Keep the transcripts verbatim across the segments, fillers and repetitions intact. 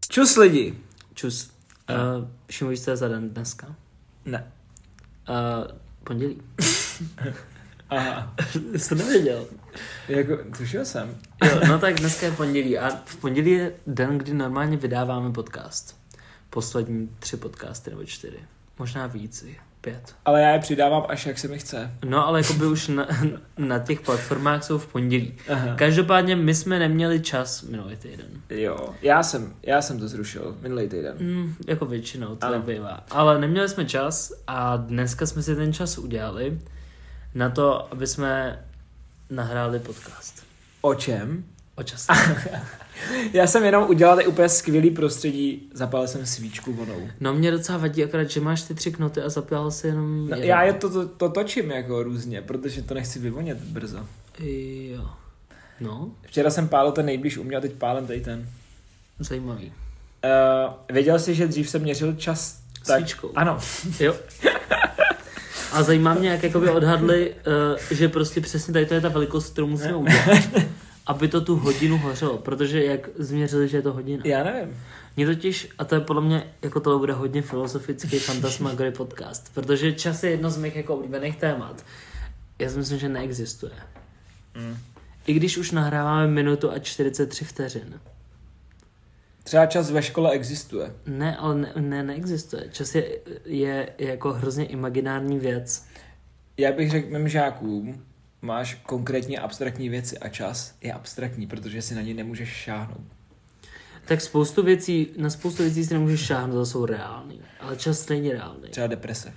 Čus lidi. Čus. Uh, Všiml jste za den dneska? Ne. Uh, pondělí. Aha. Jsi to nevěděl. Jako, tušil jsem. Jo, no tak dneska je pondělí a v pondělí je den, kdy normálně vydáváme podcast. Poslední tři podcasty nebo čtyři. Možná víc, pět. Ale já je přidávám až jak se mi chce. No ale jako by už na, na těch platformách jsou v pondělí. Aha. Každopádně my jsme neměli čas minulý týden. Jo, já jsem, já jsem to zrušil minulý týden. Mm, jako většinou, to ano. tak bývá. Ale neměli jsme čas a dneska jsme si ten čas udělali na to, aby jsme nahráli podcast. O čem? O čase. Já jsem jenom udělal úplně skvělý prostředí, zapálil jsem svíčku vonou. No mě docela vadí akorát, že máš ty tři knoty a zapál si jenom... No, já je to, to, to točím jako různě, protože to nechci vyvonět brzo. Jo. No. Včera jsem pálil ten nejblíž u mě a teď pálem tady ten. Zajímavý. Uh, věděl jsi, že dřív jsem měřil čas... Tak... Svíčkou. Ano. Jo. A zajímá mě, jak jakoby odhadli, uh, že prostě přesně tady to je ta velikost, kterou musíme udělat, aby to tu hodinu hořelo, protože jak změřili, že je to hodina. Já nevím. Mně totiž, a to je podle mě, jako tohle bude hodně filozofický Fantasmagory podcast, protože čas je jedno z mých jako oblíbených témat. Já si myslím, že neexistuje. Mm. I když už nahráváme minutu a čtyřicet tři vteřin. Třeba čas ve škole existuje. Ne, ale ne, ne neexistuje. Čas je, je, je jako hrozně imaginární věc. Já bych řekl mým žákům, máš konkrétně abstraktní věci a čas je abstraktní, protože si na něj nemůžeš šáhnout. Tak spoustu věcí, na spoustu věcí si nemůžeš šáhnout, to jsou reální. Ale čas není reálný. Třeba deprese.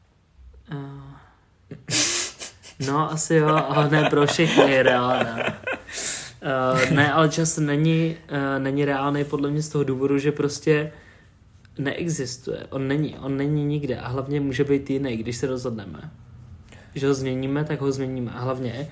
Uh, no, asi jo, ale ne pro všechny je reálná. Uh, ne, ale čas není, uh, není reálný podle mě z toho důvodu, že prostě neexistuje. On není, on není nikde a hlavně může být jiný, když se rozhodneme. Že ho změníme, tak ho změníme. A hlavně,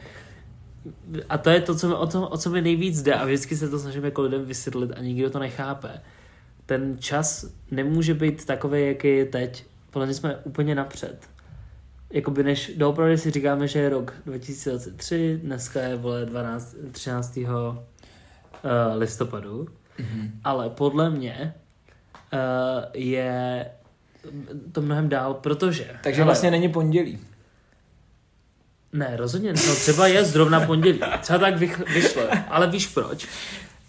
a to je to, co mi, o, to, o co mi nejvíc jde a vždycky se to snažím jako lidem vysvětlit a nikdo to nechápe. Ten čas nemůže být takový, jaký je teď. Podle mě jsme úplně napřed. Jakoby než doopravdy si říkáme, že je rok dva tisíce dvacet tři, dneska je vole dvanáct, třináctého listopadu, mm-hmm. ale podle mě uh, je to mnohem dál, protože... Takže hele, vlastně není pondělí. Ne, rozhodně ne. No, třeba je zrovna pondělí. Třeba tak vych, vyšlo. Ale víš proč? Uh,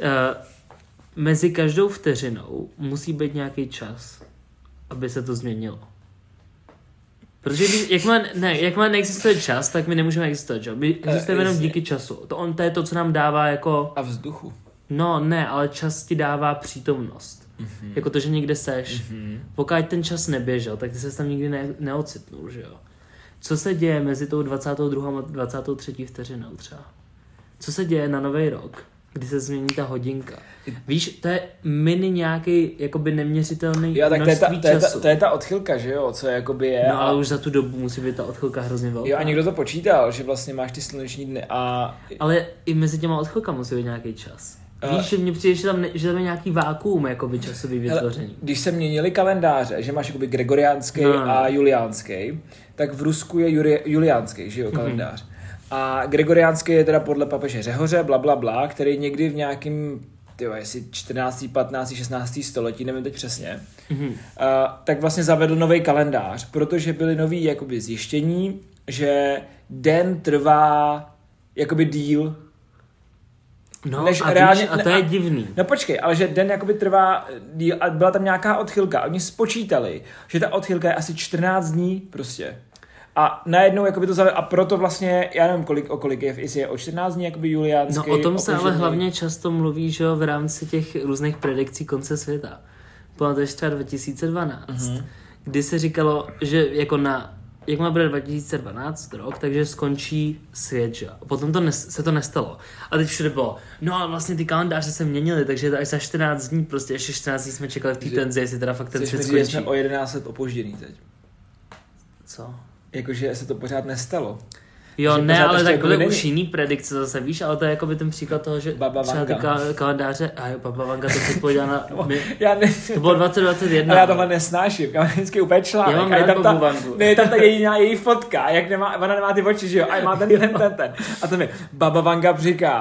mezi každou vteřinou musí být nějaký čas, aby se to změnilo. Protože jakmile, ne, jakmile neexistuje čas, tak my nemůžeme existovat. Že? My existujeme jenom díky času. To, on, to je to, co nám dává jako... A vzduchu. No ne, ale čas ti dává přítomnost. Mm-hmm. Jako to, že někde seš. Mm-hmm. Pokud ten čas neběžel, tak ty se tam nikdy ne, neocitnul, že jo. Co se děje mezi tou dvacátou druhou a dvacátou třetí vteřinou třeba? Co se děje na Nový rok, kdy se změní ta hodinka? Víš, to je mini nějaký jakoby neměřitelný jo, tak množství to je, ta, to, je času. ta, to je ta odchylka, že jo, co jakoby je. No ale a... už za tu dobu musí být ta odchylka hrozně velká. Jo, a někdo to počítal, že vlastně máš ty sluneční dny a... Ale i mezi těma odchylkama musí být nějaký čas. Uh, Víš, že mně přijde, že tam, ne, že tam je nějaký vákuum jakoby časový vytvoření. Hele, když se měnili kalendáře, že máš jakoby gregoriánský no. a juliánský, tak v Rusku je juri, juliánský, že jo, kalendář. Mm-hmm. A gregoriánský je teda podle papeže Řehoře, bla, bla, bla, který někdy v nějakým, tyjo, jestli čtrnáctém, patnáctém, šestnáctém století, nevím teď přesně, mm-hmm. a, tak vlastně zavedl nový kalendář, protože byly nový jakoby zjištění, že den trvá jakoby díl. No než a, reálně, víš, a to je divný. No počkej, ale že den jakoby trvá díl a byla tam nějaká odchylka. Oni spočítali, že ta odchylka je asi čtrnáct dní prostě. A najednou jakoby to zavedli, a proto vlastně, já nevím kolik, o kolik je, jestli je o čtrnáct dní jakoby juliánský. No o tom se ale hlavně často mluví, že jo, v rámci těch různých predikcí konce světa. Pamatuješ třeba dva tisíce dvanáct, mm-hmm. kdy se říkalo, že jako na jak má bude dva tisíce dvanáct rok, takže skončí svět, že? Potom to nes, se to nestalo. A teď všude bylo, no ale vlastně ty kalendáře se měnily, takže je to až za čtrnáct dní, prostě ještě čtrnáct dní jsme čekali v té tenzi, jestli teda fakt ten svět skončí. Jsme o jedenáct let opožděný teď. Co? Jakože se to pořád nestalo. Jo, že ne, ale tak byly není. Už jiný predikce zase, víš, ale to je jako by ten příklad toho, že Baba třeba ty ka- kalendáře, a jo, Baba Vanga to předpověděla na, my, já ne, to bylo dvacet dvacet jedna. Ale já tohle nesnáším, já mám vždycky úplně článek. Já mám a je rád tam ta, Babu Vangu. ne, je tam ta její, její fotka, jak nemá, ona nemá ty oči, že jo, a má ten, ten, ten, ten. A tam je, Baba Vanga říká,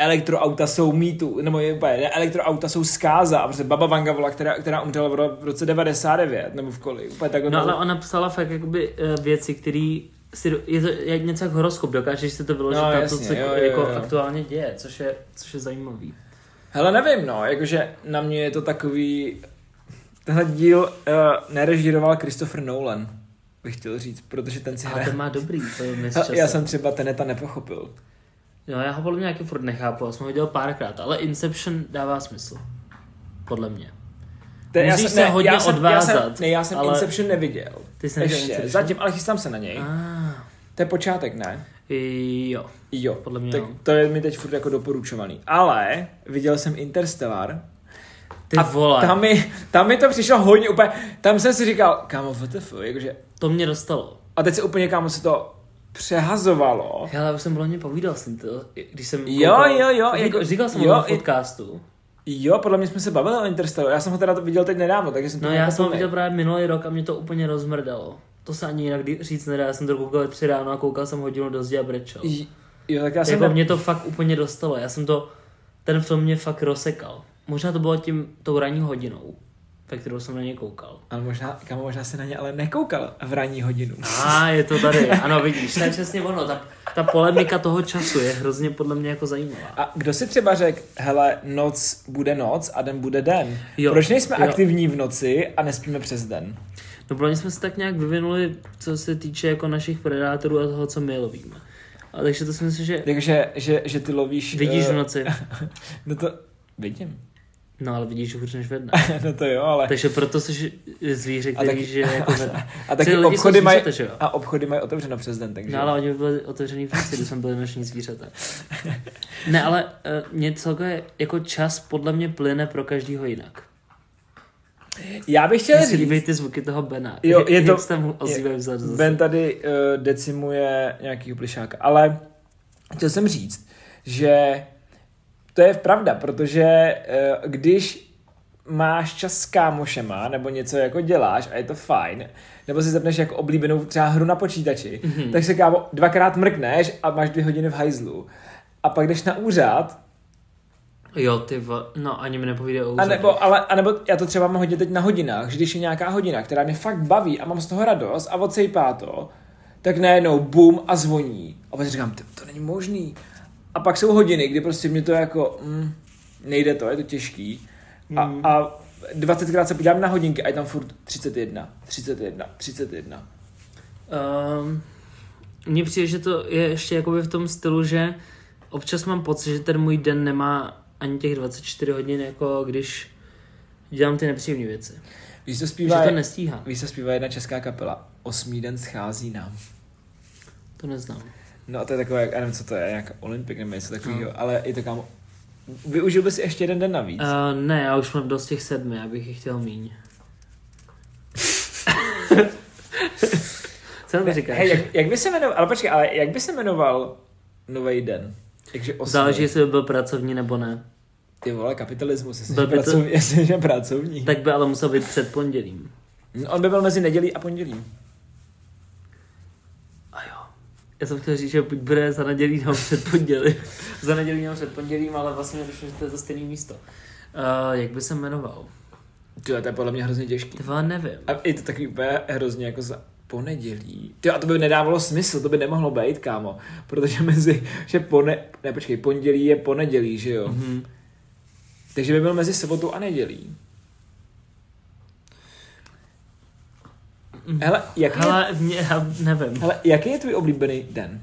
elektroauta jsou mýtu, nebo je úplně, ne, elektroauta jsou zkáza, a prostě Baba Vanga, vola, která, která umřela v, ro, v roce devadesát devět, nebo v kolik, úplně takhle. No ale ona psala fakt jakoby věci, které si, je to je něco jak horoskop, dokážeš si to vyložit no, na jasně, to, co jo, jako jo, jo. aktuálně děje, což je, což je zajímavý. Hele, nevím, no, jakože na mě je to takový, tenhle díl uh, nerežíroval Christopher Nolan, bych chtěl říct, protože ten si hraje. A ten má dobrý, to je Já jsem třeba Teneta nepochopil. Jo, já ho podle mě nějaký furt nechápu, já jsem ho viděl párkrát, ale Inception dává smysl. Podle mě. Ten, Musíš já se jsem, hodně já jsem, odvázat. Já jsem, ne, já jsem ale... Inception neviděl. Ty jsi neviděl Ještě, Inception? zatím, ale chystám se na něj. Ah. To je počátek, ne? Jo. Jo, podle mě tak jo. to je mi teď furt jako doporučovaný. Ale viděl jsem Interstellar. Ty a vole. Tam mi, tam mi to přišlo hodně úplně, tam jsem si říkal, kámo, W T F, jakože... To mě dostalo. A teď se úplně, kámo, se to přehazovalo. Hele, já už jsem loni povídal jsem to, když jsem jo, koukal, jo, jo, jako, říkal jsem jo, o tom podcastu. Jo, podle mě jsme se bavili o Interstellaru, já jsem ho teda viděl teď nedávno, takže jsem to No já jsem ho viděl právě minulý rok a mě to úplně rozmrdalo. To se ani jinak říct nedá, já jsem to koukal tři ráno a koukal jsem hodinu do zdi a brečel. Jo, tak já jsem... Jako ne... mě to fakt úplně dostalo, já jsem to, ten film mě fakt rozsekal. Možná to bylo tím, tou ranní hodinou, ve kterou jsem na něj koukal. Ale možná, kámo, možná se na ně ale nekoukal v ranní hodinu. A je to tady, ano vidíš, to je přesně ono, ta, ta polemika toho času je hrozně podle mě jako zajímavá. A kdo si třeba řekl, hele, noc bude noc a den bude den? Jo, Proč nejsme jo. aktivní v noci a nespíme přes den? No protože jsme se tak nějak vyvinuli, co se týče jako našich predátorů a toho, co my lovíme. A takže to si myslím, že... Takže, že, že ty lovíš... Vidíš uh, v noci. No to vidím. No ale vidíš hůř než ve dne. No to jo, ale... Takže proto jsi zvíře, který taky, žije jako ve dne. A taky obchody mají a obchody mají otevřeno přes den, takže... No ale oni by byli otevřený v noci, když jsme byli noční zvířata. Ne, ale uh, mě celkově jako čas podle mě plyne pro každýho jinak. Já bych chtěl říct... říct... líbí ty zvuky toho Bena. Jo, je to... Jak se tam ozývají vzadu zase. Ben tady uh, decimuje nějakýho plišáka, ale chtěl jsem říct, že to je pravda, protože uh, když máš čas s kámošema, nebo něco jako děláš a je to fajn, nebo si zapneš jako oblíbenou třeba hru na počítači, mm-hmm. tak se kámo dvakrát mrkneš a máš dvě hodiny v hajzlu. A pak jdeš na úřad. Jo, ty va... no ani mi nepovíde o úřadu. A nebo, ale, a nebo já to třeba mám hodně teď na hodinách, že když je nějaká hodina, která mě fakt baví a mám z toho radost a odsejpá to, tak najednou bum a zvoní. A pak si říkám, to, to není možný. A pak jsou hodiny, kdy prostě mě to jako, mm, nejde to, je to těžký. A, mm. a dvacetkrát se podívám na hodinky a je tam furt třicet jedna, třicet jedna, třicet jedna. Um, mně přijde, že to je ještě jakoby v tom stylu, že občas mám pocit, že ten můj den nemá ani těch dvacet čtyři hodin, jako když dělám ty nepříjemné věci. Víš, co zpívá, že to nestíhám. Víš, co zpívá jedna česká kapela. Osmý den schází nám. To neznám. No a to je takové, já nevím, co to je, nějaká Olympik nebo něco takového, no. Ale je to kámo. Využil bys ještě jeden den navíc? Uh, ne, já už mám dost těch sedmi, já bych jich chtěl míň. Co mi říkáš? Hej, jak, jak by se jmenoval, ale počkej, ale jak by se jmenoval nový den? Jakže osmý? Záleží, jestli by byl pracovní nebo ne. Ty vole, kapitalismus, jestli je pracovní, to... jestli pracovní. Tak by ale musel být před pondělím. On by byl mezi nedělí a pondělím. A jo. Já jsem chtěl říct, že buď bude za nedělí nebo před pondělím. Za nedělí nebo před pondělím, ale vlastně nedošlo, že to je to stejné místo. Uh, jak by se jmenoval? Tyhle, to je podle mě hrozně těžký. Ty vole, nevím. A je to takový úplně hrozně jako za ponedělí. Ty, a to by nedávalo smysl, to by nemohlo být, kámo. Protože mezi, že pone, ne počkej, pondělí je ponedělí, že jo? Mm-hmm. Takže by byl mezi sobotou a nedělí. Hele, jaký Hele, je... mě, já nevím. Hele, jaký je tvůj oblíbený den?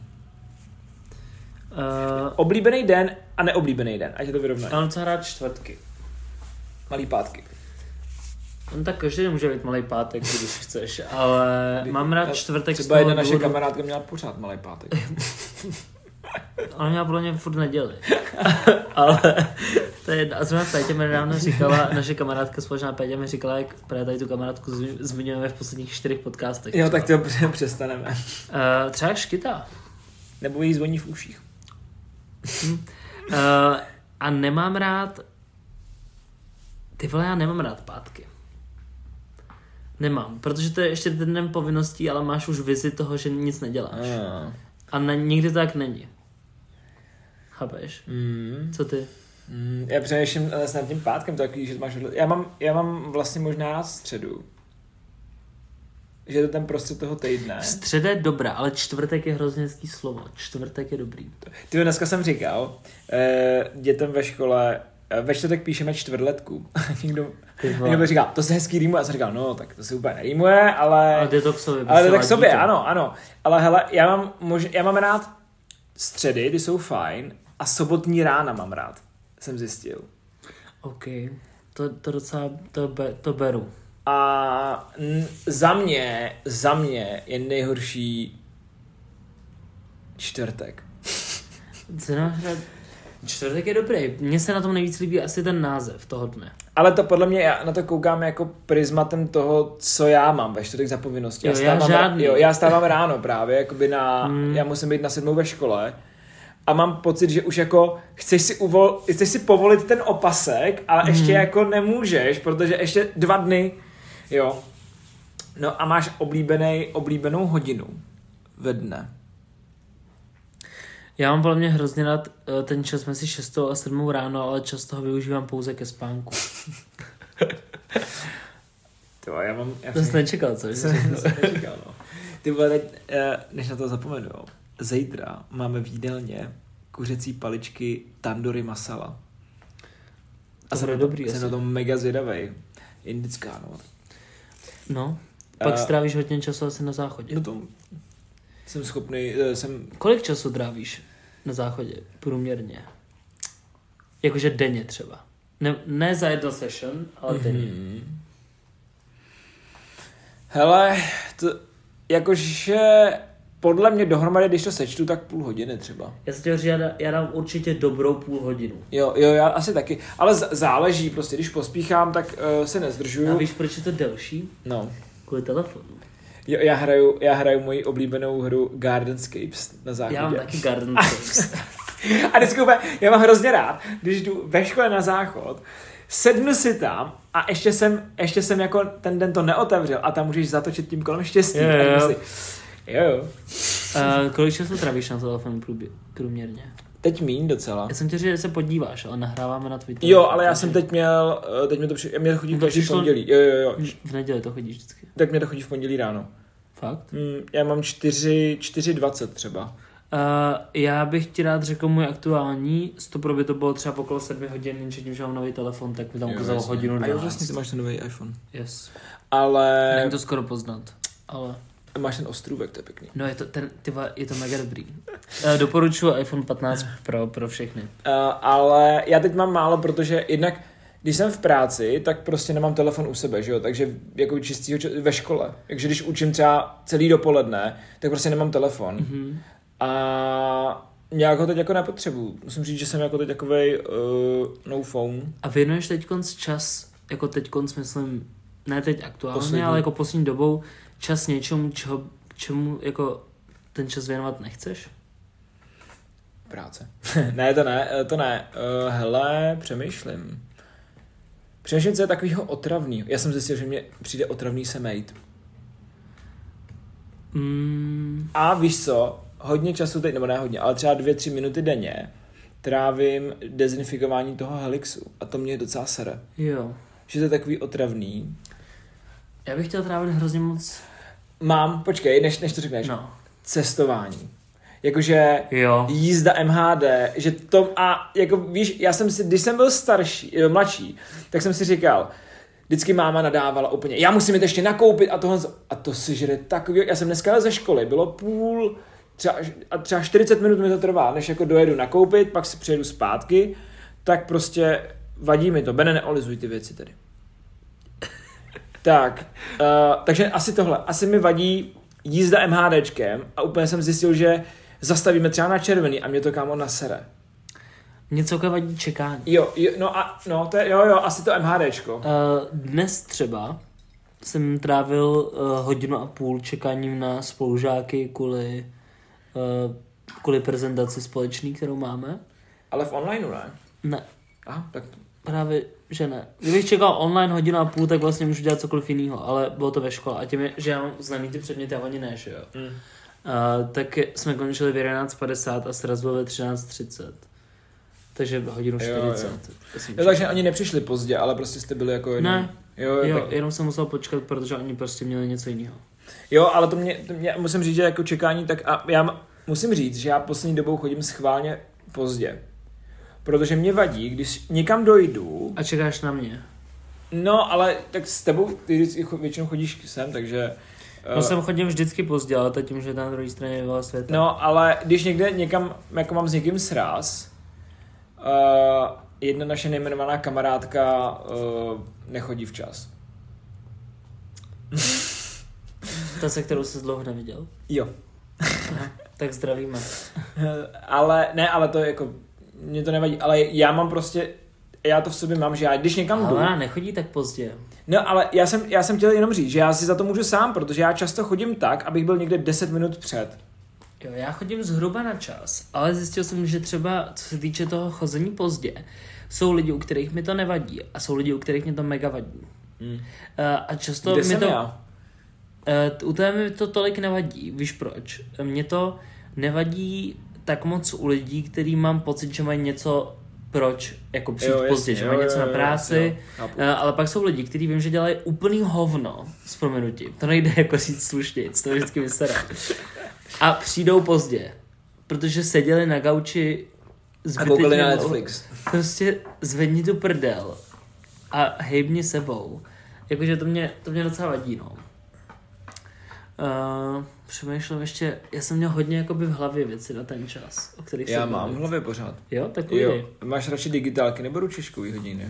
Uh, oblíbený den a neoblíbený den, ať je to vyrovnají. Já mám co hrát čtvrtky. Malý pátky. On tak každý může být malý pátek, když chceš, ale Kdy, mám rád čtvrtek. Třeba jedna naše důvodu... kamarádka měla pořád malý pátek. Ona měla podle mě furt neděli. Ale to je jedna. A zrovna Pétě mi nedávno říkala, naše kamarádka společná Pétě mi říkala, jak právě tady tu kamarádku zmiňujeme v posledních čtyřech podcastech. Jo, tak to přestaneme. Uh, třeba škytá. Nebo jí zvoní v uších. uh, a nemám rád... Ty vole, já nemám rád pátky. Nemám, protože to je ještě ten den povinností, ale máš už vizi toho, že nic neděláš. Ah. A na, nikdy to tak není. Chápeš? Mm. Co ty? Mm, já přemýšlím s nad tím pátkem, takový, že máš... Já mám, já mám vlastně možná rád středu. Že je to ten prostřed toho týdne. Středa je dobrá, ale čtvrtek je hrozně hezký slovo. Čtvrtek je dobrý. Ty dneska jsem říkal eh, dětem ve škole, eh, ve čtvrtek píšeme čtvrtletku. někdo, někdo říkal, to se hezký rýmuje. A jsem říkal, no tak to se úplně nerýmuje, ale... Ale jde to k sobě. Ale jde to k sobě, ano, ano. Ale hele, já mám, mož, já mám rád středy, ty jsou fajn, a sobotní rána mám rád, jsem zjistil. OK, to, to docela, to, be, to beru. A n- za mě, za mě je nejhorší čtvrtek. Čtvrtek je dobrý. Mně se na tom nejvíc líbí asi ten název toho dne. Ale to podle mě, já na to koukám jako prismatem toho, co já mám ve čtvrtek za povinnosti. Jo, já, stávám, já žádný. Jo, já stávám ráno právě, jakoby na, hmm. já musím být na sedmou ve škole a mám pocit, že už jako chceš si, uvol, chceš si povolit ten opasek, ale hmm. ještě jako nemůžeš, protože ještě dva dny, jo. No a máš oblíbený, oblíbenou hodinu ve dne. Já mám podle mě hrozně rád ten čas mezi šestou a sedmou ráno, ale často ho využívám pouze ke spánku. To já mám... Já to jsi nečekal, co? Jsem nečekal, no. Ty vole, teď, než na to zapomenu, zítra máme v jídelně kuřecí paličky tandoori masala. A to jsem, dobrý, jsem na tom mega zvědavej. Indická, no. No, pak uh, strávíš hodně času asi na záchodě. No to jsem schopný, jsem... Kolik času trávíš na záchodě průměrně? Jakože denně třeba. Ne, ne za jedno session, ale denně. Mm-hmm. Hele, to jakože podle mě dohromady, když to sečtu, tak půl hodiny třeba. Já se tě říct, já, já dám určitě dobrou půl hodinu. Jo, jo, já asi taky. Ale z- záleží, prostě když pospíchám, tak uh, se nezdržuju. A víš, proč je to delší? No. Kvůli telefonu. Jo, já hraju, já hraju moji oblíbenou hru Gardenscapes na záchodě. Já mám taky Gardenscapes. A vždycky úplně, já mám hrozně rád, když jdu ve škole na záchod, sednu si tam a ještě jsem, ještě jsem jako ten den to neotevřel a tam můžeš zatočit tím kolem štěstí. Jo, jo. Si, jo, jo. Uh, kolik času trávíš na telefonu průměrně? Teď míň docela. Já jsem tě říkal, že se podíváš, ale nahráváme na tvůj telefon. Jo, ale já jsem teď měl, teď mi to při, mě to chodí v každý přišlo... pondělí. Jo, jo, jo. V neděli to chodíš vždycky. Tak mě to chodí v pondělí ráno. Fakt? Hmm, já mám čtyři dvacet třeba. Uh, já bych ti rád řekl můj aktuální, stopro by to bylo třeba okolo sedmi hodin, jenže tím, že mám nový telefon, tak mi tam ukázalo hodinu dvanáct. A jo, vlastně ty máš ten nový iPhone. Yes. Ale... Není to skoro poznat, ale... Máš ten ostrůvek, to je pěkný. No je to, ten, tyva, je to mega dobrý. Uh, doporučuji iPhone patnáct Pro pro všechny. Uh, ale já teď mám málo, protože jednak, když jsem v práci, tak prostě nemám telefon u sebe, že jo, takže jako čistýho čas, ve škole. Takže když učím třeba celý dopoledne, tak prostě nemám telefon. Mm-hmm. A nějak ho teď jako nepotřebuju. Musím říct, že jsem jako teď takovej uh, no phone. A věnuješ teď konc čas, jako teď konc myslím, ne teď aktuálně, poslední. ale jako poslední dobou čas něčemu, čeho, k čemu jako ten čas věnovat nechceš? Práce. ne, to ne, to ne. Uh, hele, přemýšlím. Přemýšlím, co je takovýho otravný. Já jsem zjistil, že mě přijde otravný se mejt. Mm. A víš co? Hodně času teď, nebo ne hodně, ale třeba dvě, tři minuty denně trávím dezinfikování toho helixu. A to mě docela sere. Jo. Že to je takový otravný. Já bych chtěl trávit hrozně moc... Mám, počkej, než, než to řekneš. No. Cestování. Jakože jo. jízda M H D, že to a jako víš, já jsem si, když jsem byl starší, mladší, tak jsem si říkal, vždycky máma nadávala úplně, já musím jít ještě nakoupit a tohle, a to si žere takový, já jsem dneska jel ze školy, bylo půl, třeba, a třeba čtyřicet minut mi to trvá, než jako dojedu nakoupit, pak si přijedu zpátky, tak prostě vadí mi to, Bene, neolizuj ty věci tedy. Tak, uh, takže asi tohle, asi mi vadí jízda MHDčkem a úplně jsem zjistil, že zastavíme třeba na červený a mě to kámo nasere. Mě celkem vadí čekání. Jo, jo, no a, no, to je, jo, jo, asi to MHDčko. Uh, dnes třeba jsem trávil uh, hodinu a půl čekáním na spolužáky kvůli, uh, kvůli prezentaci společný, kterou máme. Ale v onlineu, ne? Ne. Aha, tak... Právě, že ne. Kdybych čekal online hodinu a půl, tak vlastně můžu dělat cokoliv jiného, ale bylo to ve škole. A tím je, že já mám znaný ty předměty a oni ne, že jo. Mm. Uh, tak jsme končili v jedenáct padesát a sraz byl ve třináct třicet. takže hodinu čtyřicet. Jo, jo. Jo, takže oni nepřišli pozdě, ale prostě jste byli jako jenom... Ne, jo, jo tak... jenom jsem musel počkat, protože oni prostě měli něco jiného. Jo, ale to mě, to mě, musím říct, že jako čekání, tak a já musím říct, že já poslední dobou chodím schválně pozdě. Protože mě vadí, když někam dojdu... A čekáš na mě. No, ale tak s tebou, ty většinou chodíš sem, takže... No jsem chodím vždycky pozdě, ale teď tím, že na druhé straně je veľa světa. No, ale když někde někam, jako mám s někým sraz, uh, jedna naše nejmenovaná kamarádka uh, nechodí včas. Ta, se kterou jsi dlouho neviděl? Jo. Aha, tak zdravíme. Ale, ne, ale to jako, mě to nevadí, ale já mám prostě, já to v sobě mám, že já když někam ale jdu... Ale ona nechodí tak pozdě. No, ale já jsem, já jsem chtěl jenom říct, že já si za to můžu sám, protože já často chodím tak, abych byl někde deset minut před. Jo, já chodím zhruba na čas, ale zjistil jsem, že třeba, co se týče toho chození pozdě, jsou lidi, u kterých mi to nevadí a jsou lidi, u kterých mi to mega vadí. Hmm. Uh, a často Kde mi jsem to... já? Uh, u té mi to tolik nevadí, víš proč? Mně to nevadí tak moc u lidí, který mám pocit, že mají něco proč jako přijít jo, pozdě, že mají něco na práci, jo, uh, ale pak jsou lidi, kteří vím, že dělají úplný hovno s prominutím. To nejde jako říct slušně, to vždycky vyserá. A přijdou pozdě, protože seděli na gauči a koukali na Netflix. Prostě zvedni tu prdel a hejbni sebou. Jakože to mě, to mě docela vadí, no. Uh, přemýšlím ještě, já jsem měl hodně jakoby v hlavě věci na ten čas, o kterých já jsem mám v hlavě pořád. Jo, takový. Jo. Máš radši digitálky nebo ručičkový hodiny?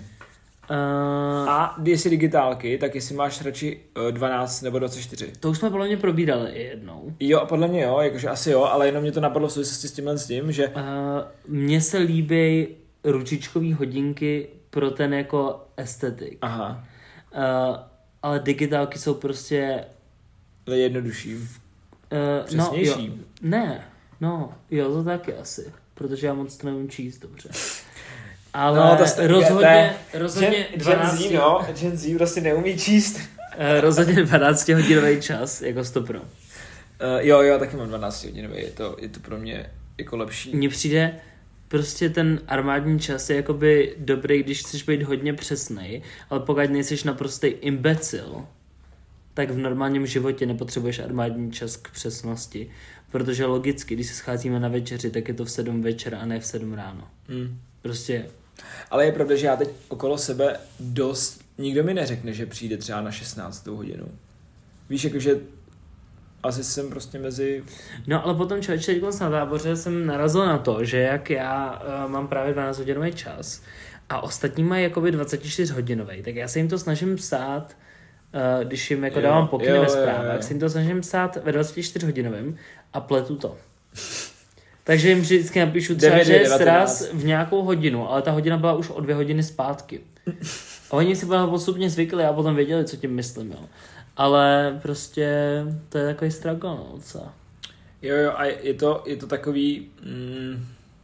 Uh, a když jsi digitálky, tak jestli máš radši dvanáct nebo dvacet čtyři. To už jsme podle mě probírali i jednou. Jo, podle mě jo, jakože asi jo, ale jenom mě to napadlo v souvislosti s tímhle s tím, že... Uh, mně se líbí ručičkový hodinky pro ten jako estetik. Aha. Uh, ale digitálky jsou prostě... jednodušší. Uh, Přesnější. No, jo, ne, no, jo, to taky asi, protože já moc to nevím číst dobře. Ale no, to jste, rozhodně, ne, rozhodně Gen, dvanáct... Gen Z, no, Gen Z prostě neumí číst. Uh, rozhodně dvanáctihodinový čas, jako sto pro. Uh, jo, jo, taky mám dvanáctihodinový, je to, je to pro mě jako lepší. Mně přijde, prostě ten armádní čas je jakoby dobrý, když chceš být hodně přesnej, ale pokud nejseš naprostý imbecil, tak v normálním životě nepotřebuješ armádní čas k přesnosti, protože logicky, když se scházíme na večeři, tak je to v sedm večer a ne v sedm ráno. Hmm. Prostě... Ale je pravda, že já teď okolo sebe dost, nikdo mi neřekne, že přijde třeba na šestnáctou hodinu. Víš, jakože asi jsem prostě mezi... No ale potom člověče, když na táboře jsem narazil na to, že jak já uh, mám právě dvanácthodinový čas a ostatní mají jakoby dvacetičtyřhodinový, tak já se jim to snažím psát, uh, když jim jako jo, dávám pokyny jo, ve zprávách, tak se jim to snažím psát ve dvacetičtyřhodinovém a pletu to. Takže jim vždycky napíšu třeba, že je sraz v nějakou hodinu, ale ta hodina byla už o dvě hodiny zpátky. A oni si potom postupně zvykli a potom věděli, co tím myslím, jo. Ale prostě to je takový struggle, no, co? Jo, jo, a je to, je to takový... Mm,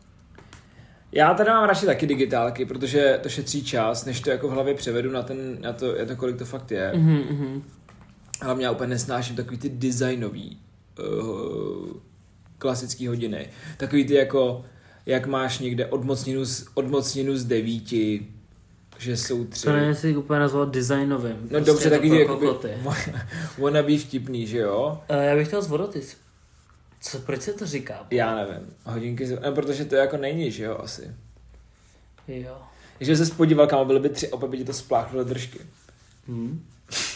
já teda mám radši taky digitálky, protože to šetří čas, než to jako v hlavě převedu na, ten, na to, na to, kolik to fakt je. Mm-hmm. Ale já úplně nesnáším takový ty designový uh, klasický hodiny. Takový ty jako, jak máš někde odmocninu z, odmocninu z devíti, že jsou tři. To nevím, si úplně nazvat designovým. No prostě dobře, taky ty jakoby wanna be vtipný, že jo? Uh, já bych chtěl zvorotit. Co, proč se to říká? Já nevím. Hodinky, no, protože to jako není, že jo, asi. Jo. Když se podíval, kámo, byly by tři, opět by ti to spláchlo do držky. Hmm.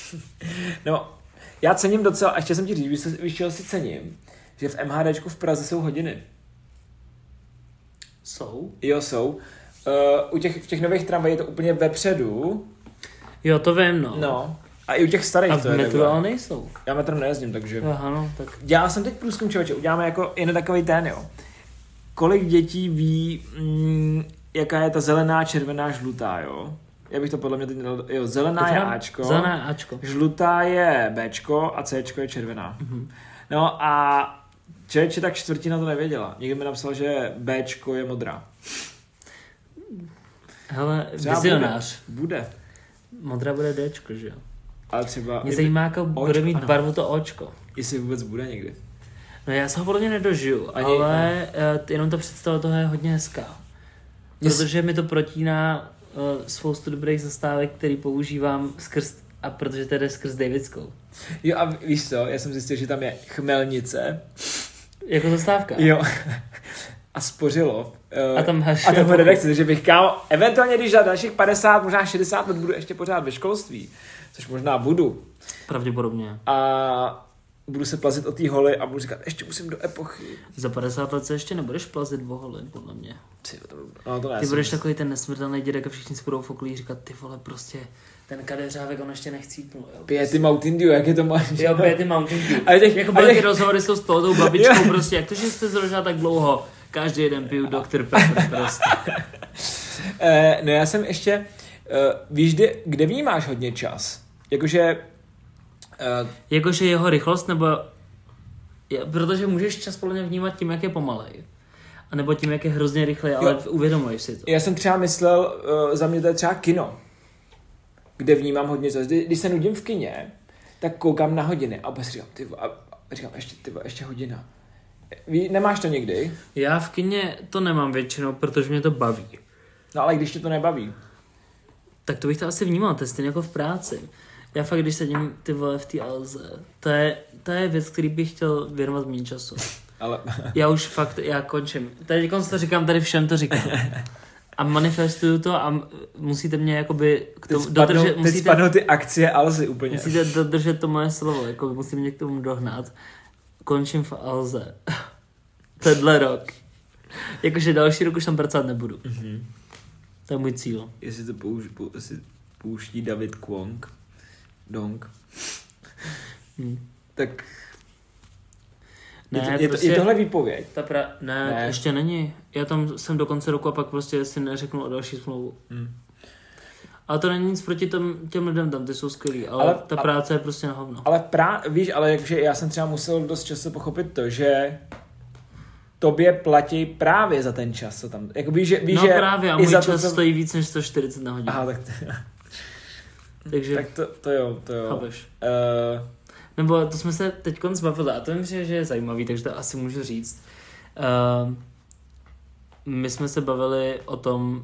No, já cením docela, a ještě jsem ti říct, víš, čeho si cením, že v MHDčku v Praze jsou hodiny. Jsou? Jo, jsou. Uh, u těch, v těch nových tramvají je to úplně vepředu. Jo, to vím, no. No. A i u těch starých a to je. A v metru ale nejsou. Já metrem nejezdím, takže... Aha, no, tak... Já jsem teď průzkum, člověče, uděláme jako jen takový ten, jo. Kolik dětí ví, mm, jaká je ta zelená, červená, žlutá, jo? Já bych to podle mě teď... Jo, zelená je Ačko. Zelená je Ačko. Žlutá je Bčko a Cčko je červená. Mm-hmm. No a člověče, tak čtvrtina to nevěděla. Někdo mi napsal, že Bčko je modrá. Hele, vizionář. Bude. bude. Modrá bude Dčko, že jo? Ale třeba... Mě zajímá, jakou bude mít ano. barvu to Očko. Jestli vůbec bude někdy. No já se ho podle mě nedožiju, ani, ale uh, jenom ta představa toho je hodně hezká. Protože mi to protíná uh, spoustu dobrých zastávek, který používám skrz, a protože to jde skrz Davidskou. Jo a víš co, já jsem zjistil, že tam je Chmelnice. Jako zastávka? Jo. A Spořilov. Uh, a tam máš... A tam redakci, takže bych kámo, eventuálně když za dalších padesát, možná šedesát let budu ještě pořád ve školství, což možná budu. Pravděpodobně. A budu se plazit o té holy a budu říkat, ještě musím do epochy. Za padesát let se ještě nebudeš plazit o holy, podle mě. Ty, to, no, to ty budeš takový ten nesmrtelný dědek a všichni si budou v okolí říkat, ty vole, prostě ten kadeřávek, on ještě nechcípnul. Pěty Mountain Dew, jak je to máš? Jo, pěty Mountain Dew. A těch, jako byly těch... ty rozhovory jsou s tou babičkou, prostě, jak to, že jste zrožila tak dlouho, každý jeden piju doktor Pepper, prostě. uh, no já jsem ještě, uh, víš, kde, kde vnímáš hodně čas? Jakože... Uh, Jakože jeho rychlost, nebo... Je, protože můžeš čas podle mě vnímat tím, jak je pomalej. A nebo tím, jak je hrozně rychlej, ale jo. Uvědomuješ si to. Já jsem třeba myslel, uh, za mě to je třeba kino, kde vnímám hodně čas. Kdy, když se nudím v kině, tak koukám na hodiny a opět říkám, ty, a říkám, ještě, ty, ještě hodina. Ví, nemáš to někdy? Já v kině to nemám většinou, protože mě to baví. No ale když tě to nebaví? Tak to bych to asi vnímal, to je stejně jako v práci. Já fakt, když sedím ty vole v té Alze, to je, to je věc, který bych chtěl věnovat méně času. Ale... Já už fakt, já končím. Tady to říkám, tady všem to říkám. A manifestuju to a musíte mě jakoby k tomu teď spadnou, dodržet. Teď musíte, spadnou ty akcie Alzy úplně. Musíte dodržet to moje slovo, jako musím mě k tomu dohnat. Končím v Alze. Tenhle rok. Jakože další rok už tam pracovat nebudu. Mm-hmm. To je můj cíl. Jestli to použ, pou, jestli pouští David Kwong, Dong, hmm. tak ne, je, to, je, prostě, to, je tohle výpověď? Ta pra... ne, ne, ještě není. Já tam jsem do konce roku a pak prostě si neřeknu o další smlouvu. Hmm. Ale to není nic proti tom, těm lidem tam, ty jsou skvělí, ale, ale ta práce ale, je prostě na hovno. Ale prá, víš, ale jakže já jsem třeba musel dost často pochopit to, že tobě platí právě za ten čas, co tam, jako víš, že, víš, no že právě a můj čas to, co... stojí víc než sto čtyřicet na hodinu. Aha, tak to, takže, tak to, to jo, to jo. Chápeš. Uh, Nebo to jsme se teď zbavili a to myslím, že je zajímavý, takže to asi můžu říct. Uh, my jsme se bavili o tom,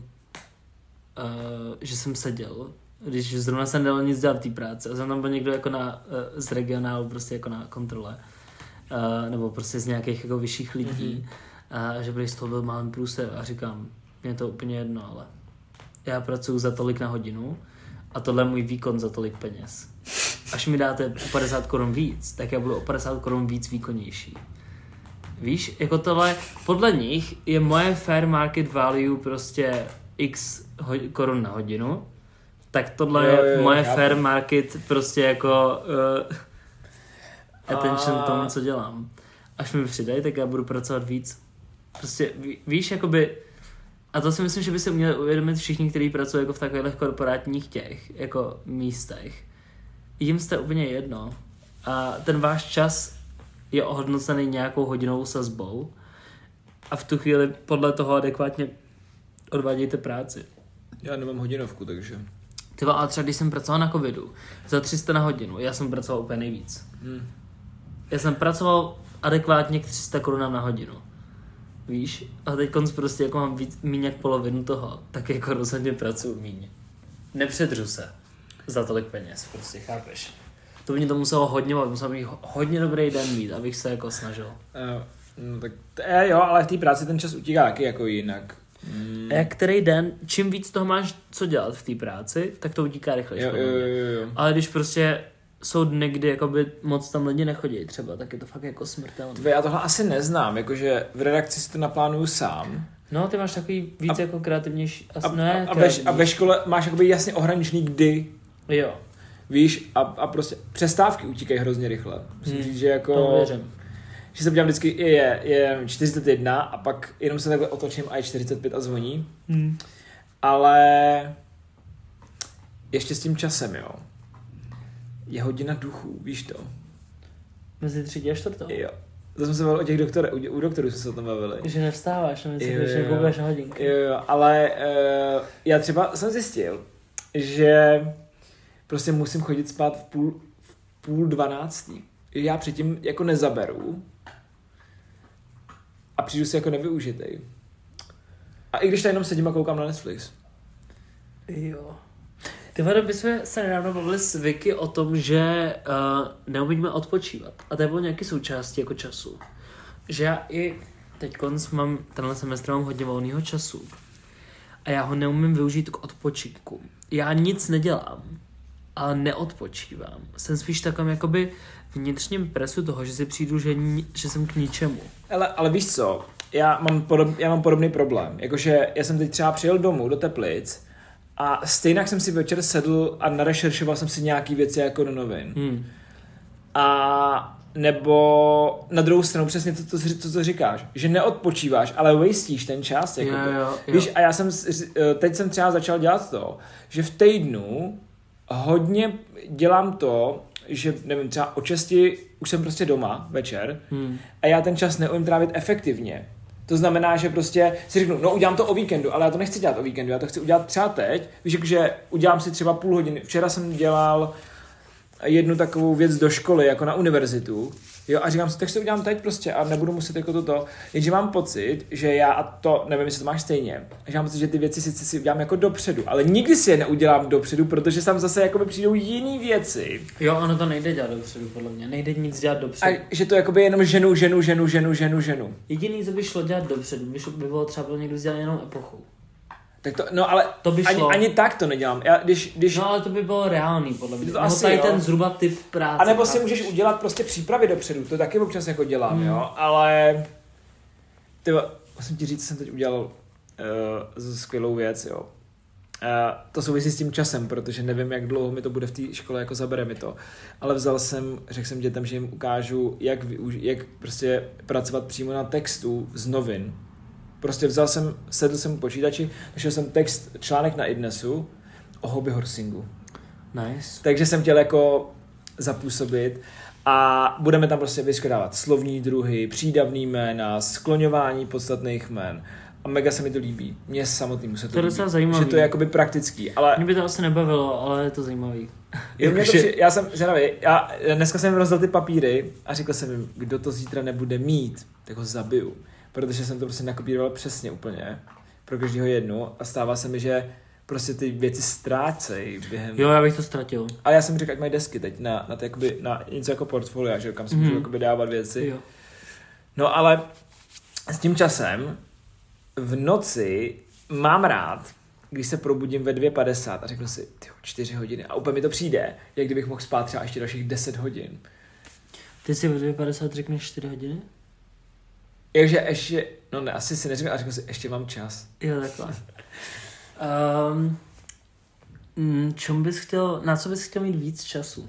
uh, že jsem seděl, když zrovna jsem nedal nic dělat v té práci a jsem tam byl někdo jako na, uh, z regionálu, prostě jako na kontrole, uh, nebo prostě z nějakých jako vyšších lidí, mm-hmm. a že byli z toho byl malý průser a říkám, mě je to úplně jedno, ale já pracuji za tolik na hodinu a tohle je můj výkon za tolik peněz. Až mi dáte o padesát korun víc, tak já budu o padesát korun víc výkonnější. Víš, jako tohle, podle nich je moje fair market value prostě x ho- korun na hodinu, tak tohle jo, jo, je moje chápu. Fair market prostě jako uh, attention a... tomu, co dělám. Až mi přidají, tak já budu pracovat víc. Prostě ví, víš, jakoby, a to si myslím, že by se měli uvědomit všichni, kteří pracují jako v takových korporátních těch, jako místech. Jim jste úplně jedno. A ten váš čas je ohodnocený nějakou hodinovou sazbou a v tu chvíli podle toho adekvátně odvádějte práci. Já nemám hodinovku, takže... Tyva, ale třeba když jsem pracoval na covidu za tři sta na hodinu, já jsem pracoval úplně nejvíc. Hmm. Já jsem pracoval adekvátně k tři sta korunám na hodinu. Víš? A teď konc prostě jako mám víc, míň jak polovinu toho, tak jako rozhodně pracuji míň. Nepředřu se za tolik peněz, prostě, chápeš? To by mě to muselo hodně, musel bych hodně dobrý den mít, abych se jako snažil. Uh, no tak je, jo, ale v té práci ten čas utíká taky jako jinak. Mm. A jak který den, čím víc toho máš co dělat v té práci, tak to utíká rychleji. Jo, jo, jo, jo. Ale když prostě jsou dny, kdy jakoby moc tam lidi nechodí třeba, tak je to fakt jako smrtelné. Já tohle asi neznám, jakože v redakci si to naplánuju sám. No, ty máš takový víc a, jako kreativnější. Asi, a, ne, a, ve, a ve škole máš jakoby jasně ohraničený kdy. Jo. Víš, a, a prostě přestávky utíkají hrozně rychle. Musím hmm. říct, že jako... To věřím. Že se podívám vždycky, je, je čtyřicet jedna a pak jenom se takhle otočím a je čtyřicet pět a zvoní. Hmm. Ale ještě s tím časem, jo. Je hodina duchů, víš to? Mezi třetí a čtvrtou? Jo. To jsme se bavili o těch doktorech, u, u doktorů jsme se o tom bavili. Že nevstáváš, no, že že koukáš na hodinky. Jo, jo, ale uh, já třeba jsem zjistil, že prostě musím chodit spát v půl, v půl dvanáctý. Já předtím jako nezaberu a přijdu si jako nevyužitej. A i když tady jenom sedím a koukám na Netflix. Jo. Ty vado, my jsme se nedávno bavili s Vicky o tom, že uh, neumíme odpočívat. A to je bylo nějaký součástí jako času. Že já i teď mám, tenhle semestr mám hodně volného času. A já ho neumím využít k odpočinku. Já nic nedělám, ale neodpočívám. Jsem spíš takovým jakoby vnitřním presu toho, že si přijdu, že, že jsem k ničemu. Ale, ale víš co, já mám, podob, já mám podobný problém. Jakože já jsem teď třeba přijel domů do Teplic a stejně jsem si večer sedl a narešeršoval jsem si nějaký věci jako do novin. Hmm. A nebo na druhou stranu přesně to, to, to, co říkáš, že neodpočíváš, ale wastíš ten čas. Jo, jo, jo. Víš, a já jsem, teď jsem třeba začal dělat to, že v týdnu hodně dělám to, že nevím, třeba o šesti už jsem prostě doma večer hmm. a já ten čas neumím trávit efektivně. To znamená, že prostě si řeknu, no udělám to o víkendu, ale já to nechci dělat o víkendu, já to chci udělat třeba teď. Víš, že udělám si třeba půl hodiny. Včera jsem dělal jednu takovou věc do školy, jako na univerzitu. Jo, a říkám si, tak si to udělám teď prostě a nebudu muset jako toto. Jenže mám pocit, že já, a to nevím, jestli to máš stejně, že mám pocit, že ty věci sice si udělám jako dopředu, ale nikdy si je neudělám dopředu, protože tam zase jakoby přijdou jiný věci. Jo, ono to nejde dělat dopředu, podle mě. Nejde nic dělat dopředu. A že to jakoby jenom ženu, ženu, ženu, ženu, ženu, ženu. Jediný, co by šlo dělat dopředu, by, šlo, by bylo třeba bylo někdo dělat jenom epochu. Tak to, no ale to by ani, ani tak to nedělám. Já, když, když... No ale to by bylo reálný, podle mě. To no, asi, tady jo. ten zhruba typ práce. A nebo si můžeš udělat prostě přípravy dopředu, to taky občas jako dělám, hmm. jo, ale tyba, musím ti říct, jsem teď udělal uh, skvělou věc, jo. Uh, to souvisí s tím časem, protože nevím, jak dlouho mi to bude v té škole, jako zabere mi to, ale vzal jsem, řekl jsem dětem, že jim ukážu, jak, využ- jak prostě pracovat přímo na textu z novin. Prostě vzal jsem, sedl jsem u počítači, našel jsem text, článek na iDnesu o hobby horsingu. Nice. Takže jsem chtěl jako zapůsobit a budeme tam prostě vyškodávat slovní druhy, přídavný jména, skloňování podstatných jmen. A mega se mi to líbí. Mně samotnému se to, to líbí. Docela zajímavý. Že to je jakoby praktický. Ale... Mě by to asi nebavilo, ale je to zajímavý. Jo, mě to při... Já jsem zvědavý. Já dneska jsem jim rozdal ty papíry a řekl jsem jim, kdo to zítra nebude mít, tak ho zabiju. Protože jsem to prostě nakopíroval přesně úplně pro každého jednu a stává se mi, že prostě ty věci ztrácejí během... Jo, já bych to ztratil. Ale já jsem říkal, ať mají desky teď na, na, ty, jakoby, na něco jako portfolio, že kam si můžu mm. dávat věci. Jo. No ale s tím časem v noci mám rád, když se probudím ve dvě padesát a řeknu si, tyjo, čtyři hodiny a úplně mi to přijde, jak kdybych mohl spát třeba ještě dalších deset hodin. Ty si ve dvě padesát řekneš čtyři hodiny? Takže ještě, no ne, asi si neřeknu, a řeknu si, ještě mám čas. Jo, takhle. um, čem bys chtěl, na co bys chtěl mít víc času?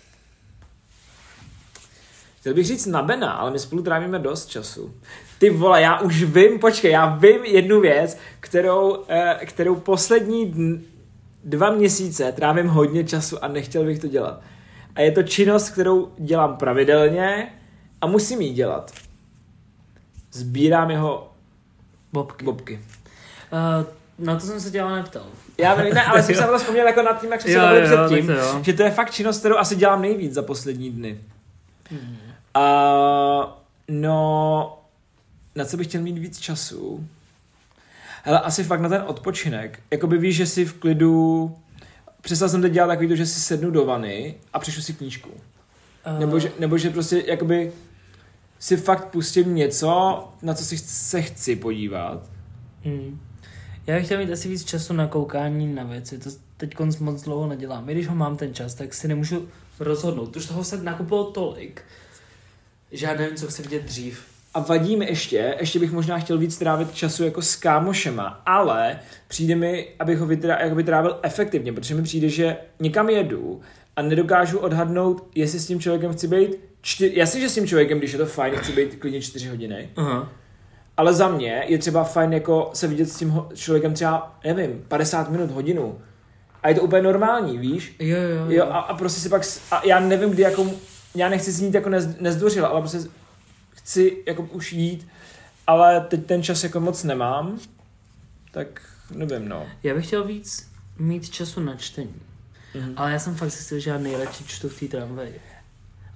Chtěl bych říct na Bena, ale my spolu trávíme dost času. Ty vole, já už vím, počkej, já vím jednu věc, kterou, eh, kterou poslední dn, dva měsíce trávím hodně času a nechtěl bych to dělat. A je to činnost, kterou dělám pravidelně a musím ji dělat. Sbírám jeho bobky. bobky. Uh, na to jsem se tě ale neptal. Já ne, ale jsem se na to vzpomněl jako nad tím, jak jsem se bavil předtím, že to je fakt činnost, kterou asi dělám nejvíc za poslední dny. Hmm. Uh, no, na co bych chtěl mít víc času? Hele, asi fakt na ten odpočinek. Jakoby víš, že si v klidu... Přestal jsem teď dělat takový to, že si sednu do vany a přečtu si knížku. Uh. Nebo, že, nebo že prostě jakoby si fakt pustím něco, na co si se chci podívat. Hmm. Já bych chtěl mít asi víc času na koukání na věci. To teď konc moc dlouho nedělám. I když ho mám ten čas, tak si nemůžu rozhodnout. Už toho se nakupilo tolik, že já nevím, co chci vidět dřív. A vadí mi ještě, ještě bych možná chtěl víc trávit času jako s kámošema, ale přijde mi, abych ho vytrávil, trávil efektivně, protože mi přijde, že někam jedu a nedokážu odhadnout, jestli s tím člověkem chci být čtyři... Jasně, že s tím člověkem, když je to fajn, chci být klidně čtyři hodiny. Aha. Ale za mě je třeba fajn jako se vidět s tím člověkem třeba, nevím, padesát minut, hodinu. A je to úplně normální, víš? Jo, jo, jo. jo a, a prostě si pak... A já nevím, kdy jako... Já nechci znít jako nez, nezdvořila, ale prostě chci jako už jít, ale teď ten čas jako moc nemám, tak nevím, no. Já bych chtěl víc mít času na čtení, mm-hmm. ale já jsem fakt zjistil, že já nejradši čtu v té tramvaji.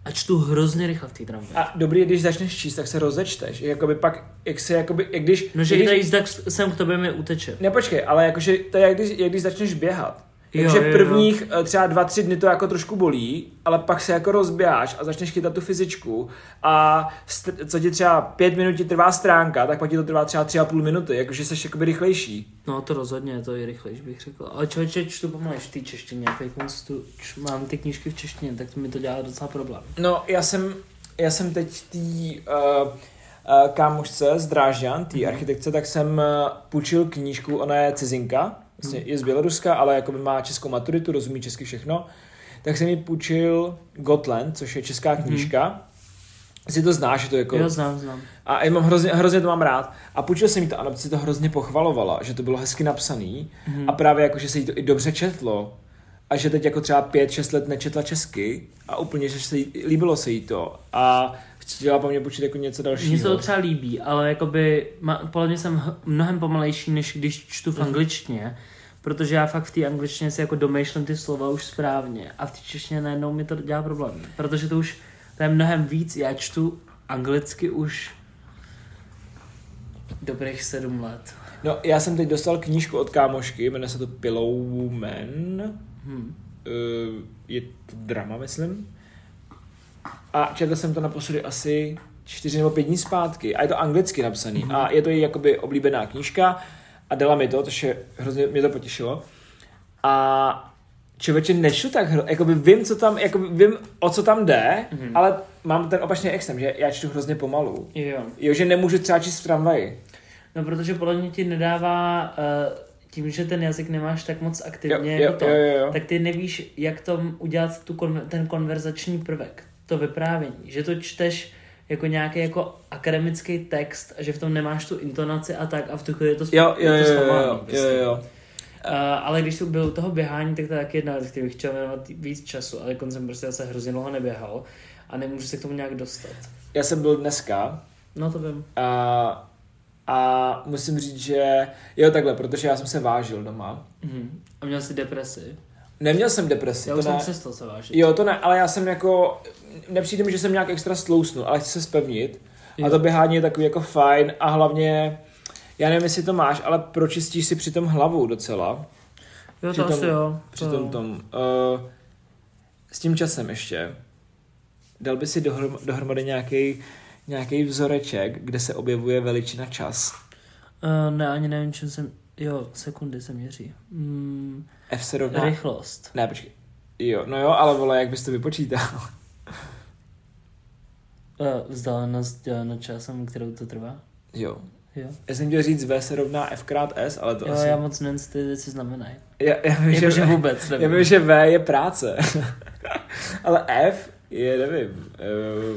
A čtu hrozně rychle v té tramvaji. A dobrý, když začneš číst, tak se rozečteš. Jakoby pak, jak se jakoby, jak když... No, že když, když jízda sem k tobě mi uteče. Nepočkej, ale jakože to je jak když, jak když začneš běhat. Jo, Takže jo, prvních jo. třeba dva, tři dny to jako trošku bolí, ale pak se jako rozběháš a začneš chytat tu fyzičku a st- co ti třeba pět minut ti trvá stránka, tak pak ti to trvá třeba tři a půl minuty, jakože jsi jakoby rychlejší. No to rozhodně, je to i rychlejší, bych řekl. Ale člověče, čtu pomalejš v té češtině, teď tu, č, mám ty knížky v češtině, tak to mi to dělá docela problém. No já jsem, já jsem teď tý uh, uh, kámošce z Drážďan, tý mm. architektce, tak jsem uh, půjčil knížku, ona je cizinka, vlastně je z Běloruska, ale jakoby má českou maturitu, rozumí česky všechno, tak jsem jí půjčil Gotland, což je česká knížka. Hmm. Jestli to znáš, že to jako... Jo, znám, znám. A já mám hrozně, hrozně to mám rád. A půjčil jsem jí to a ona si to hrozně pochvalovala, že to bylo hezky napsaný hmm. a právě jako, že se jí to i dobře četlo a že teď jako třeba pět, šest let nečetla česky a úplně, že se jí, líbilo se jí to a chtěla po mně počít jako něco dalšího. Mně se to třeba líbí, ale jakoby, podle mě jsem h- mnohem pomalejší, než když čtu v mm. angličtině, protože já fakt v té angličtině si jako domýšlím ty slova už správně a v té češtině najednou mi to dělá problém, protože to už, to je mnohem víc, já čtu anglicky už dobrých sedm let. No, já jsem teď dostal knížku od kámošky, jmenuje se to Pillowman, hmm. uh, je to drama, myslím. A četl jsem to naposledy asi čtyři nebo pět dní zpátky a je to anglicky napsaný mm-hmm. a je to její jakoby oblíbená knížka a dala mi to, což je hrozně mě to potěšilo. A člověče nečtu tak, hro, jakoby vím, co tam, jakoby vím, o co tam jde, mm-hmm. ale mám ten opačný extrém, že já čtu hrozně pomalu. Jo. Jo, že nemůžu třeba číst v tramvaji. No, protože podle mě ti nedává... Uh... tím, že ten jazyk nemáš tak moc aktivně jo, jako to, jo, jo, jo. tak ty nevíš, jak tom udělat tu kon, ten konverzační prvek, to vyprávění, že to čteš jako nějaký jako akademický text a že v tom nemáš tu intonaci a tak a v tu chvíli je to, jo, jo, je to jo, schválný, jo, prostě. jo, jo. Uh, ale když byl u toho běhání, tak to je taky jedna věc, který bych chtěl věnovat víc času, ale jsem prostě zase hrozně dlouho neběhal a nemůžu se k tomu nějak dostat. Já jsem byl dneska No to vím. a A musím říct, že jo takhle, protože já jsem se vážil doma. Mm. A měl jsi depresi? Neměl jsem depresi. Já to už ne. jsem přestal se vážit. Jo, to ne, ale já jsem jako, nepřijde mi, že jsem nějak extra stlousnul, ale chci se spevnit. Jo. A to běhání je takový jako fajn a hlavně, já nevím, jestli to máš, ale pročistíš si přitom hlavu docela. Jo, to přitom, asi jo. Při tom tom. Uh, s tím časem ještě. Dal by si dohrom, dohromady nějaký nějaký vzoreček, kde se objevuje veličina čas. Uh, ne, ani nevím, čím jsem... Jo, sekundy se měří. Mm, F se rovná... Rychlost. Ne, počkej. Jo, no jo, ale vole, jak bys to vypočítal? Uh, vzdálenost děleno časem, kterou to trvá. Jo. Jo. Já jsem chtěl říct V se rovná F krát S, ale to jo, asi... já moc nevím, co ty věci znamenají. Já, já vím, jako, že, že vůbec nevím. Já vím, že V je práce. Ale F je, nevím... Uh,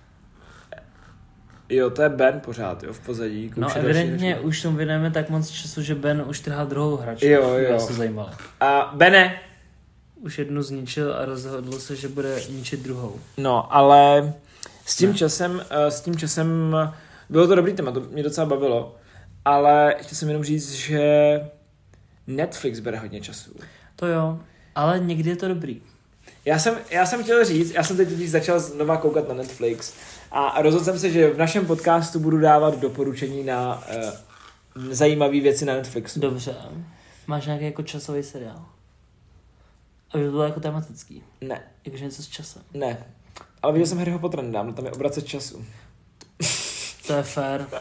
jo, to je Ben pořád, jo, v pozadí. No evidentně už tomu věnujeme tak moc času, že Ben už trhá druhou hračku. Jo, jo. To zajímalo. A Bene! Už jednu zničil a rozhodl se, že bude ničit druhou. No, ale s tím ne. časem, s tím časem, bylo to dobrý téma, to mě docela bavilo, ale chtěl jsem jenom říct, že Netflix bere hodně času. To jo, ale někdy je to dobrý. Já jsem, já jsem chtěl říct, já jsem teď totiž začal znova koukat na Netflix a rozhodl jsem se, že v našem podcastu budu dávat doporučení na uh, zajímavé věci na Netflixu. Dobře. Máš nějaký jako časový seriál? Aby to bylo jako tematický. Ne. Jakože něco s časem. Ne. Ale viděl jsem Harryho Pottera nedávno, tam je Obracet času. To je fér. uh,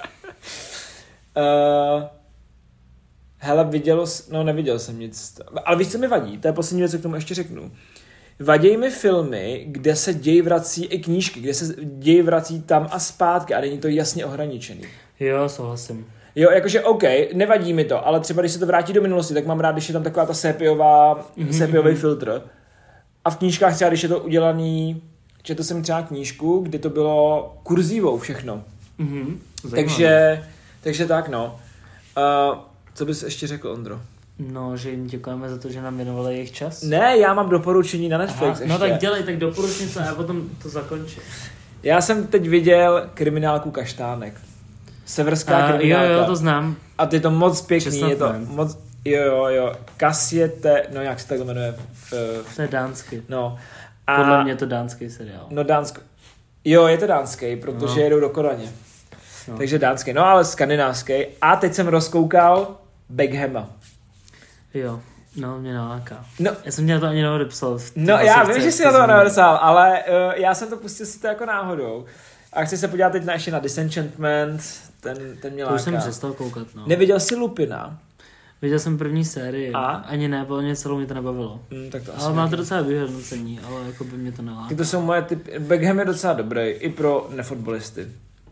hele, viděl jsi, no neviděl jsem nic. Ale víš, co mi vadí? To je poslední věc, co k tomu ještě řeknu. Vadějí mi filmy, kde se děj vrací i knížky, kde se děj vrací tam a zpátky a není to jasně ohraničený. Jo, souhlasím. Jo, jakože OK, nevadí mi to, ale třeba když se to vrátí do minulosti, tak mám rád, když je tam taková ta sépiová, mm-hmm. sépiový filtr. A v knížkách třeba, když je to udělaný, četl jsem třeba knížku, kde to bylo kurzívou všechno. Mm-hmm. Takže, takže tak no. Uh, co bys ještě řekl, Ondro? No, že jim děkujeme za to, že nám věnovali jejich čas. Ne, já mám doporučení na Netflix. Aha, ještě. No tak dělej, tak doporučím se a potom to zakončím. Já jsem teď viděl kriminálku Kaštánek. Severská a, kriminálka. Jo, jo, to znám. A je to moc pěkný, Česnat je to nevím. moc, jo, jo, jo, Kasiete, no jak se takhle jmenuje. V, to je dánsky. No, A... Podle mě je to dánský seriál. No Dánsko. Jo, je to dánský, protože no. jedou do Kodaně. No. Takže dánský, no ale skandinávský. A teď jsem rozkoukal Beckhama. Jo, no mě naláká. No. Já jsem měl to ani neodepsal. No já vím, že jsi na to neodepsal, ale uh, já jsem to pustil si to jako náhodou. A chci se podívat teď na, ještě na Disenchantment, ten, ten mě láká. To už jsem přestal koukat, no. Neviděl jsi Lupina? Viděl jsem první sérii. A? Ani ne, protože mě celou mě to nebavilo. Mm, tak to ale má to docela vyhodnocení, ale jako by mě to neláká. Tak to jsou moje typy. Beckham je docela dobrý, i pro nefotbalisty.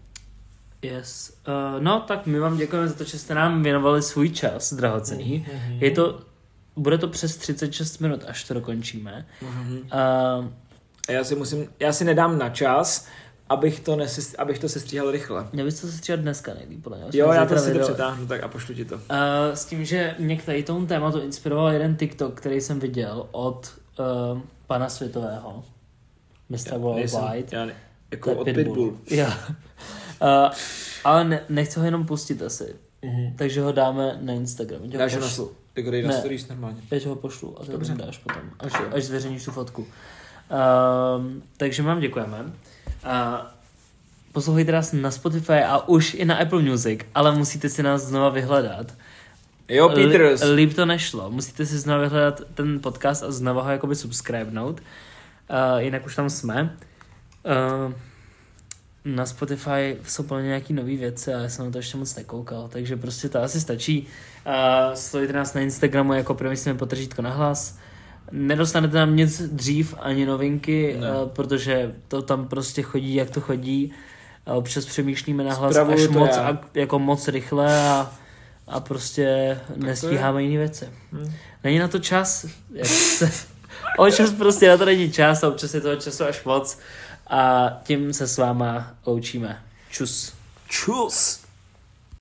Yes. Uh, no, tak my vám děkujeme za to, že jste nám věnovali svůj čas, drahocenný. Mm-hmm. Je to, bude to přes třicet šest minut, až to dokončíme. Mm-hmm. Uh, já si musím, já si nedám na čas, abych to, nesest, abych to sestříhal rychle. Já bych to sestříhat dneska nejlíp, podle mě. Jo, já to si to přetáhnu, tak a pošlu ti to. Uh, s tím, že mě k tady tomu tématu inspiroval jeden TikTok, který jsem viděl od uh, pana Světového, mister Worldwide. Já ne, jako od Pitbull. Pitbull. Já. Uh, ale ne, nechci ho jenom pustit asi. Mm-hmm. Takže ho dáme na Instagram. Dáš ho na, jako dej na stories normálně. Já ti ho pošlu a to tam dáš potom, až, až zveřejníš tu fotku. Uh, takže vám děkujeme. Uh, poslouchejte nás na Spotify a už i na Apple Music, ale musíte si nás znova vyhledat. Jo, Peters. L- líp to nešlo. Musíte si znova vyhledat ten podcast a znova ho jakoby subscribenout. Uh, jinak už tam jsme. Uh, na Spotify jsou plně nějaký nový věci a já jsem na to ještě moc nekoukal, takže prostě to asi stačí. Uh, sledujte nás na Instagramu jako první jsme potržítko na hlas. Nedostanete nám nic dřív ani novinky, uh, protože to tam prostě chodí, jak to chodí. A občas přemýšlíme na hlas až moc, a, jako moc rychle a, a prostě tak nestíháme jiné věci. Hmm. Není na to čas. Jak se, občas prostě na to není čas a občas je toho času až moc. A tím se s váma loučíme. Čus. Čus.